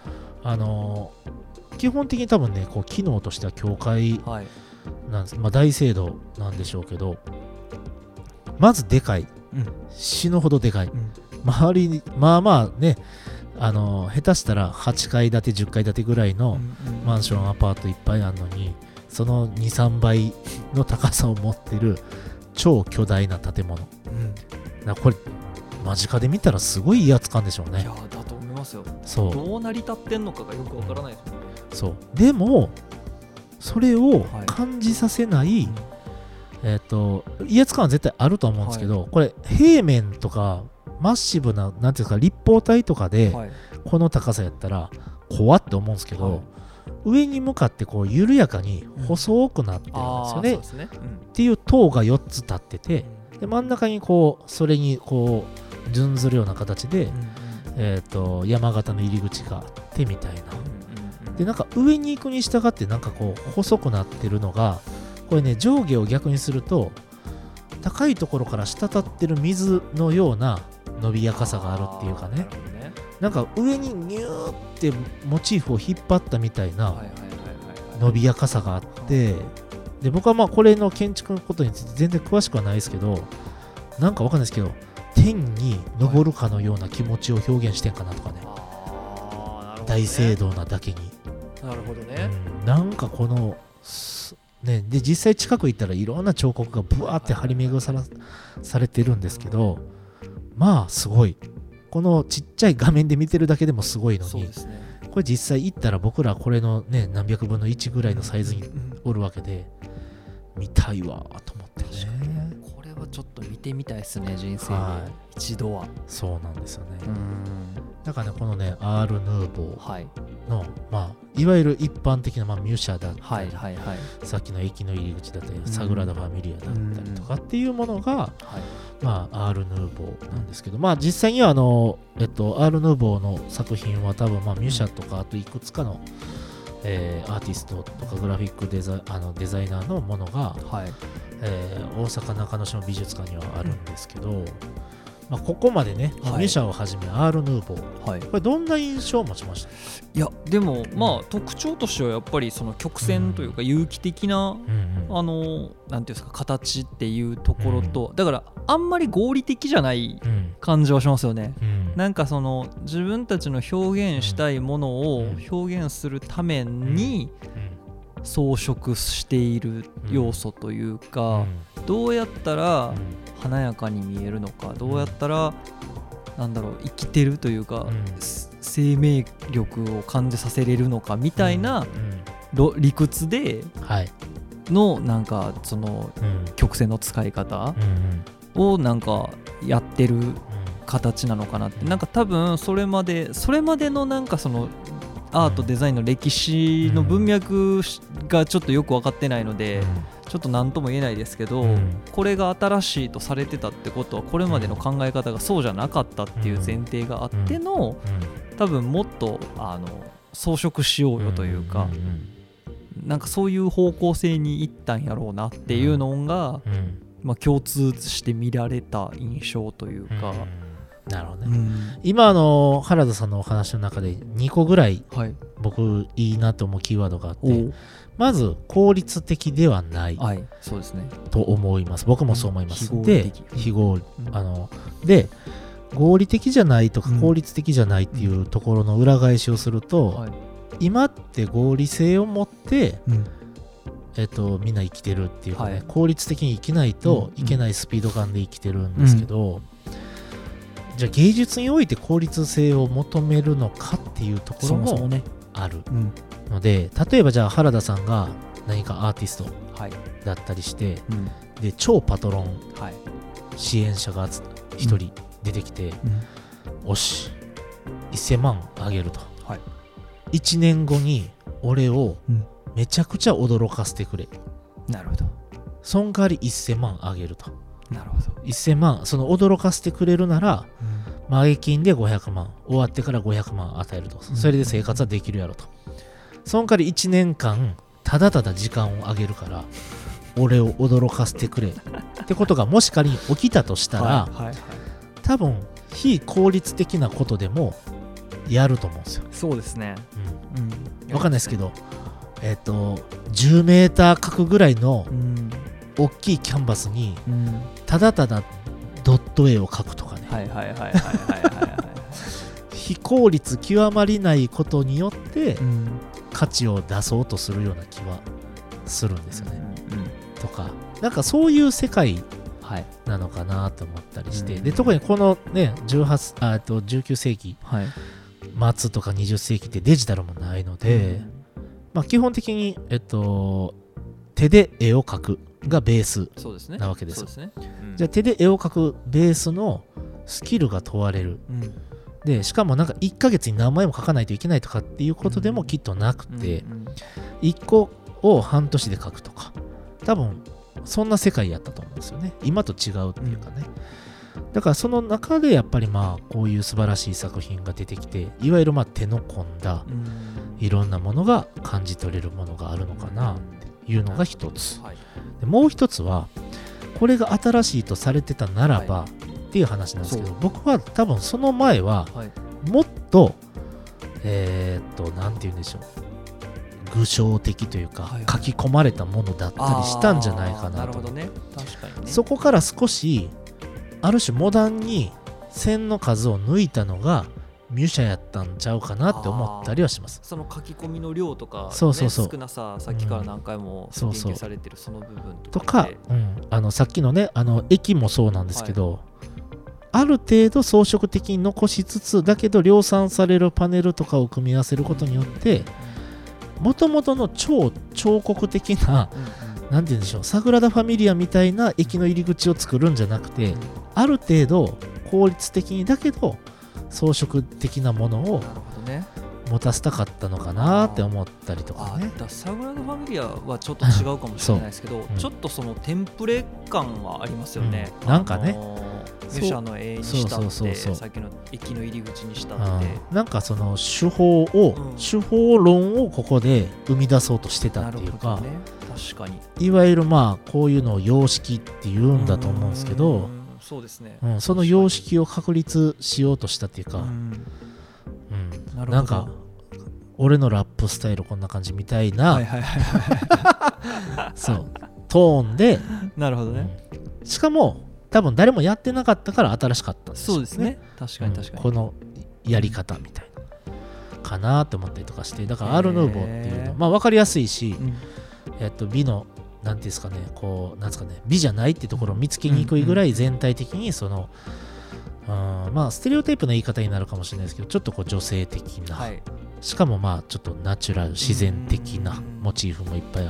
う、基本的に多分ね、こう機能としては教会なんです、大聖堂なんでしょうけど、まずでかい、死ぬほどでかい、周りにまあまあね、下手したら8階建て10階建てぐらいのマンションアパートいっぱいあるのに、その 2,3 倍の高さを持ってる超巨大な建物、これ間近で見たらすごい威圧感でしょうね。 いやだと思いますよ。 そうどう成り立ってんのかがよくわからないですね。 そうでもそれを感じさせない、威圧感は絶対あると思うんですけど、これ平面とかマッシブな、なんていうんですか、立方体とかでこの高さやったら怖って思うんですけど、上に向かってこう緩やかに細くなってるんですよね。っていう塔が4つ立ってて、で真ん中にこうそれにこう準ずるような形で、山形の入り口があってみたいな。でなんか上に行くに従ってなんかこう細くなってるのが、これね、上下を逆にすると高いところから滴ってる水のような伸びやかさがあるっていうかね、なんか上にニューってモチーフを引っ張ったみたいな伸びやかさがあって、で僕はまあこれの建築のことについて全然詳しくはないですけど、なんかわかんないですけど、天に昇るかのような気持ちを表現してんかなとかね、大聖堂なだけに。 なるほどね、 なんかこのね、で実際近く行ったらいろんな彫刻がブワーって張り巡らされてるんですけど、まあすごい、このちっちゃい画面で見てるだけでもすごいのに、これ実際行ったら僕らこれのね何百分の1ぐらいのサイズにおるわけで、見たいわと思ってね。 これはちょっと見てみたいですね、人生で一度は。 そうなんですよね。だからね、このねアール・ヌーボーの、いわゆる一般的なミュシャだったり、さっきの駅の入り口だったり、サグラダ・ファミリアだったりとかっていうものが、アール・ヌーボーなんですけど、実際にはアール・ヌーボーの作品は多分ミュシャとかあといくつかの、アーティストとかグラフィックデザイナーのものが、大阪中野市の美術館にはあるんですけど、ここまでね、ミュシャをはじめアール・ヌーボー、これどんな印象を持ちました？ いやでも特徴としてはやっぱりその曲線というか有機的な、なんていうんですか、形っていうところと、だからあんまり合理的じゃない感じはしますよね。なんかその自分たちの表現したいものを表現するために装飾している要素というか、どうやったら華やかに見えるのか、どうやったら生きてるというか、生命力を感じさせれるのかみたいな理屈でのなんかその曲線の使い方をなんかやってる形なのかなって。なんか多分それまでのなんかそのアートデザインの歴史の文脈がちょっとよく分かってないので、ちょっと何とも言えないですけど、これが新しいとされてたってことはこれまでの考え方がそうじゃなかったっていう前提があっての、多分もっと装飾しようよというか、なんかそういう方向性にいったんやろうなっていうのが、まあ、共通して見られた印象というか、 なるほどね、今原田さんのお話の中で2個ぐらい僕いいなと思うキーワードがあって、まず効率的ではない、 そうですね、 と思います。僕もそう思います。で非合理、で合理的じゃないとか効率的じゃないっていうところの裏返しをすると、今って合理性を持って、みんな生きてるっていうかね、効率的に生きないといけないスピード感で生きてるんですけど、じゃあ芸術において効率性を求めるのかっていうところもあるので、例えばじゃあ原田さんが何かアーティストだったりして、で超パトロン支援者が一人出てきて、おし1000万あげると、1年後に俺をめちゃくちゃ驚かせてくれ、 なるほど、 その代わり1000万あげると、 なるほど、 1000万その驚かせてくれるなら、前金で500万終わってから500万与えると、それで生活はできるやろと、その代わり1年間ただただ時間をあげるから俺を驚かせてくれってことがもし仮に起きたとしたら、多分非効率的なことでもやると思うんですよ。 そうですね、 分かんないですけど、10メーター角ぐらいの大きいキャンバスにただただドット絵を描くとかね、非効率極まりないことによって価値を出そうとするような気はするんですよね、とか、なんかそういう世界なのかなと思ったりして、で特にこのね19世紀末とか20世紀ってデジタルもないので、まあ、基本的に、手で絵を描くがベースなわけです。じゃあ手で絵を描くベースのスキルが問われる、でしかもなんか1ヶ月に何枚も描かないといけないとかっていうことでもきっとなくて、1個を半年で描くとか、多分そんな世界やったと思うんですよね。今と違うっていうかね、だからその中でやっぱりまあこういう素晴らしい作品が出てきて、いわゆるまあ手の込んだいろんなものが感じ取れるものがあるのかなっていうのが一つ、でもう一つはこれが新しいとされてたならばっていう話なんですけど、僕は多分その前はもっとなんて言うんでしょう、具象的というか書き込まれたものだったりしたんじゃないかなと。そこから少しある種モダンに線の数を抜いたのがミュシャやったんちゃうかなって思ったりはします。 その書き込みの量とか、 少なさ、さっきから何回も言及されてるその部分とか、さっきのね駅もそうなんですけど、ある程度装飾的に残しつつだけど量産されるパネルとかを組み合わせることによってもともとの超彫刻的な、なんて言うんでしょう、サグラダ・ファミリアみたいな駅の入り口を作るんじゃなくて、ある程度効率的にだけど装飾的なものを持たせたかったのかなって思ったりとかね。 サグラダ・ファミリアはちょっと違うかもしれないですけど、ちょっとそのテンプレ感はありますよね、 なんかね、 ミュシャの絵にしたって、さっきの駅の入り口にしたって、 なんかその手法論をここで生み出そうとしてたっていうか、 確かにいわゆるまあこういうのを様式って言うんだと思うんですけど、 そうですね、 その様式を確立しようとしたっていうか、なんか俺のラップスタイルこんな感じみたいなそうトーンで、 なるほどね、 しかも多分誰もやってなかったから新しかったんですよね。 そうですね、確かに確かに、 このやり方みたいなかなって思ったりとかして、だからアール・ヌーボーっていうのはまあ分かりやすいし、美のなんていうんですかね、こうなんですかね、美じゃないってところを見つけにくいぐらい全体的にその、まあステレオタイプの言い方になるかもしれないですけど、ちょっとこう女性的な、しかもまあちょっとナチュラル自然的なモチーフもいっぱいあって、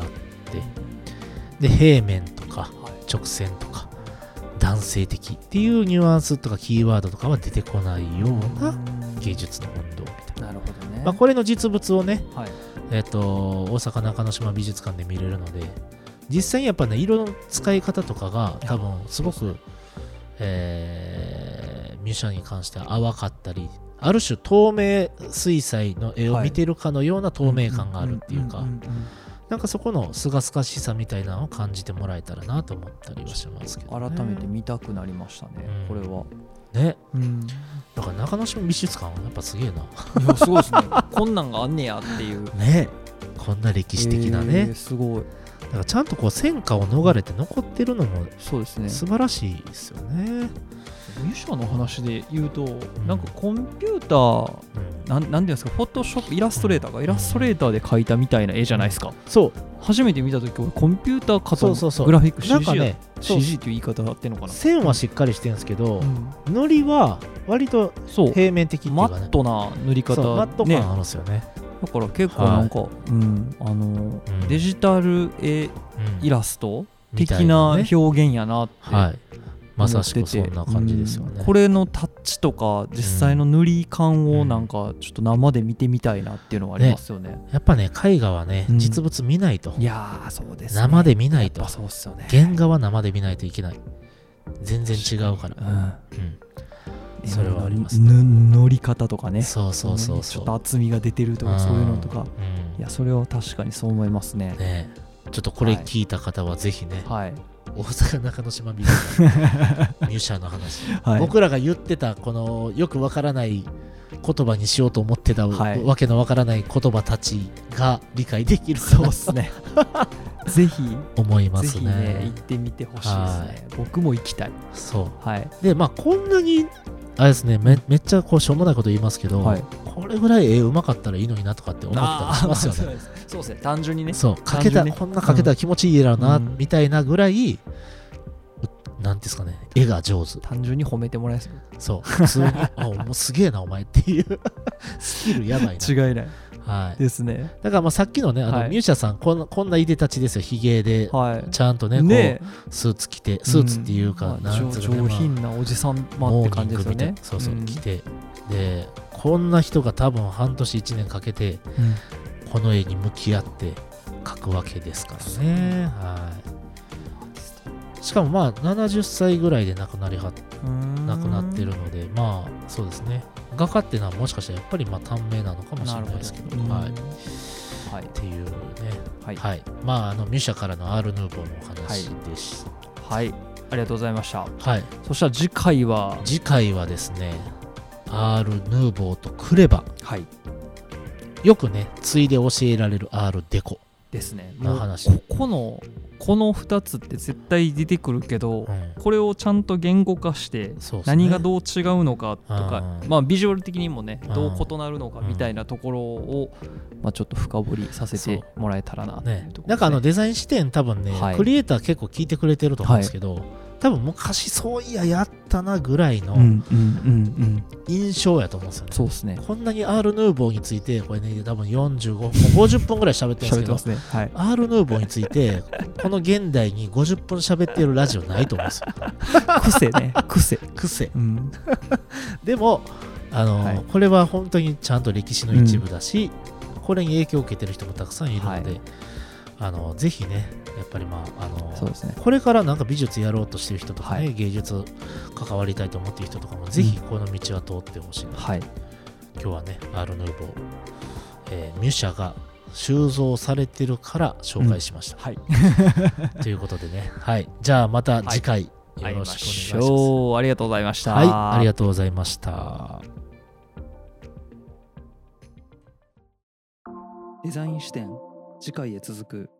で平面とか直線とか男性的っていうニュアンスとかキーワードとかは出てこないような芸術の運動みたいな。 なるほどね。 まあこれの実物をね、大阪中之島美術館で見れるので、実際にやっぱね色の使い方とかが多分すごくミュシャに関しては淡かったりある種透明水彩の絵を見てるかのような透明感があるっていうか、なんかそこのすがすがしさみたいなのを感じてもらえたらなと思ったりはしますけど、ね、 改めて見たくなりましたね、これはね、だから中之島美術館はやっぱすげえな。 いやすごいですね。こんなんがあんねやっていうね、こんな歴史的なね、 すごい。 だからちゃんとこう戦火を逃れて残ってるのもそうですね、 素晴らしいですよね。 ミュシャの話で言うと、なんかコンピューター、なんていうんですか、フォトショップ、イラストレーターがイラストレーターで描いたみたいな絵じゃないですか。 そう、 初めて見たとき、俺コンピューターかとグラフィック CG や、ね、CG っていう言い方あってんのかな。 線はしっかりしてるんですけど、塗りは割と平面的っていうか、ね、 マットな塗り方、 マット感あるんですよね。 だから結構なんか、デジタル絵、イラスト的な表現やなって、 まさしくそんな感じですよね。 これのタッチとか実際の塗り感をなんかちょっと生で見てみたいなっていうのはありますよね。 やっぱね、絵画はね、実物見ないと。 いやー、そうですね。 生で見ないと。 そうっすよね。 原画は生で見ないといけない。全然違うから。それはありますね。 塗り方とかね。 そうちょっと厚みが出てるとかそういうのとか。いや、それは確かにそう思いますね。 ちょっとこれ聞いた方はぜひね、大阪中之島美術館ミュシャの話、僕らが言ってたこのよくわからない言葉にしようと思ってたわけのわからない言葉たちが理解できるかな。 そうですね。ぜひ思いますね。 ぜひね、行ってみてほしいですね。僕も行きたい。 そう。で、まあこんなにあれですね、めっちゃこうしょうもないこと言いますけど、これぐらい絵うまかったらいいのにななとかって思ったりしますよね。 そうですね、単純にね。 そう、こんな描けたら気持ちいいやろな、みたいなぐらい、なんですかね、絵が上手。 単純に褒めてもらえそう。 そう、普通に、もうすげえな、お前っていうスキルやばいな。 違いない。ですね。 だからまあさっきのね、ミューシャさん、こんないでたちですよ、ひげで、ちゃんとね、こうスーツ着て、スーツっていうか、 なんつうかね、上品なおじさんって感じですよね。 そうそう、着て、で、こんな人が多分半年1年かけて、この絵に向き合って描くわけですからね。しかもまあ70歳ぐらいで亡くなってるので、まあそうですね、画家っていうのはもしかしたらやっぱりまあ短命なのかもしれないですけど、っていうね、まあミュシャからのアール・ヌーボーのお話でした。 ありがとうございました。そしたら次回はですね、アール・ヌーボーとクレバ、よくねついで教えられるアール・デコですね。 の話。 この2つって絶対出てくるけど、これをちゃんと言語化して何がどう違うのかとか、まあビジュアル的にもねどう異なるのかみたいなところをまあちょっと深掘りさせてもらえたらなというところ。 なんかデザイン視点多分ね、クリエイター結構聞いてくれてると思うんですけど、多分昔そういややったなぐらいの印象やと思うんですよね。 そうですね。 こんなにアール・ヌーボーについてこれね多分50分ぐらい喋ってるんですけど、アール・ヌーボーについてこの現代に50分喋ってるラジオないと思うんですよ。 癖ね、癖。 でもこれは本当にちゃんと歴史の一部だし、これに影響を受けてる人もたくさんいるので、ぜひね、やっぱりそうですね、 これからなんか美術やろうとしてる人とかね、芸術関わりたいと思ってる人とかもぜひこの道は通ってほしいな、今日はねアール・ヌーボー、ミュシャが収蔵されてるから紹介しました、ということでね、じゃあまた次回よろしくお願いします。 ありがとうございました。 ありがとうございました。 デザイン視点、次回へ続く。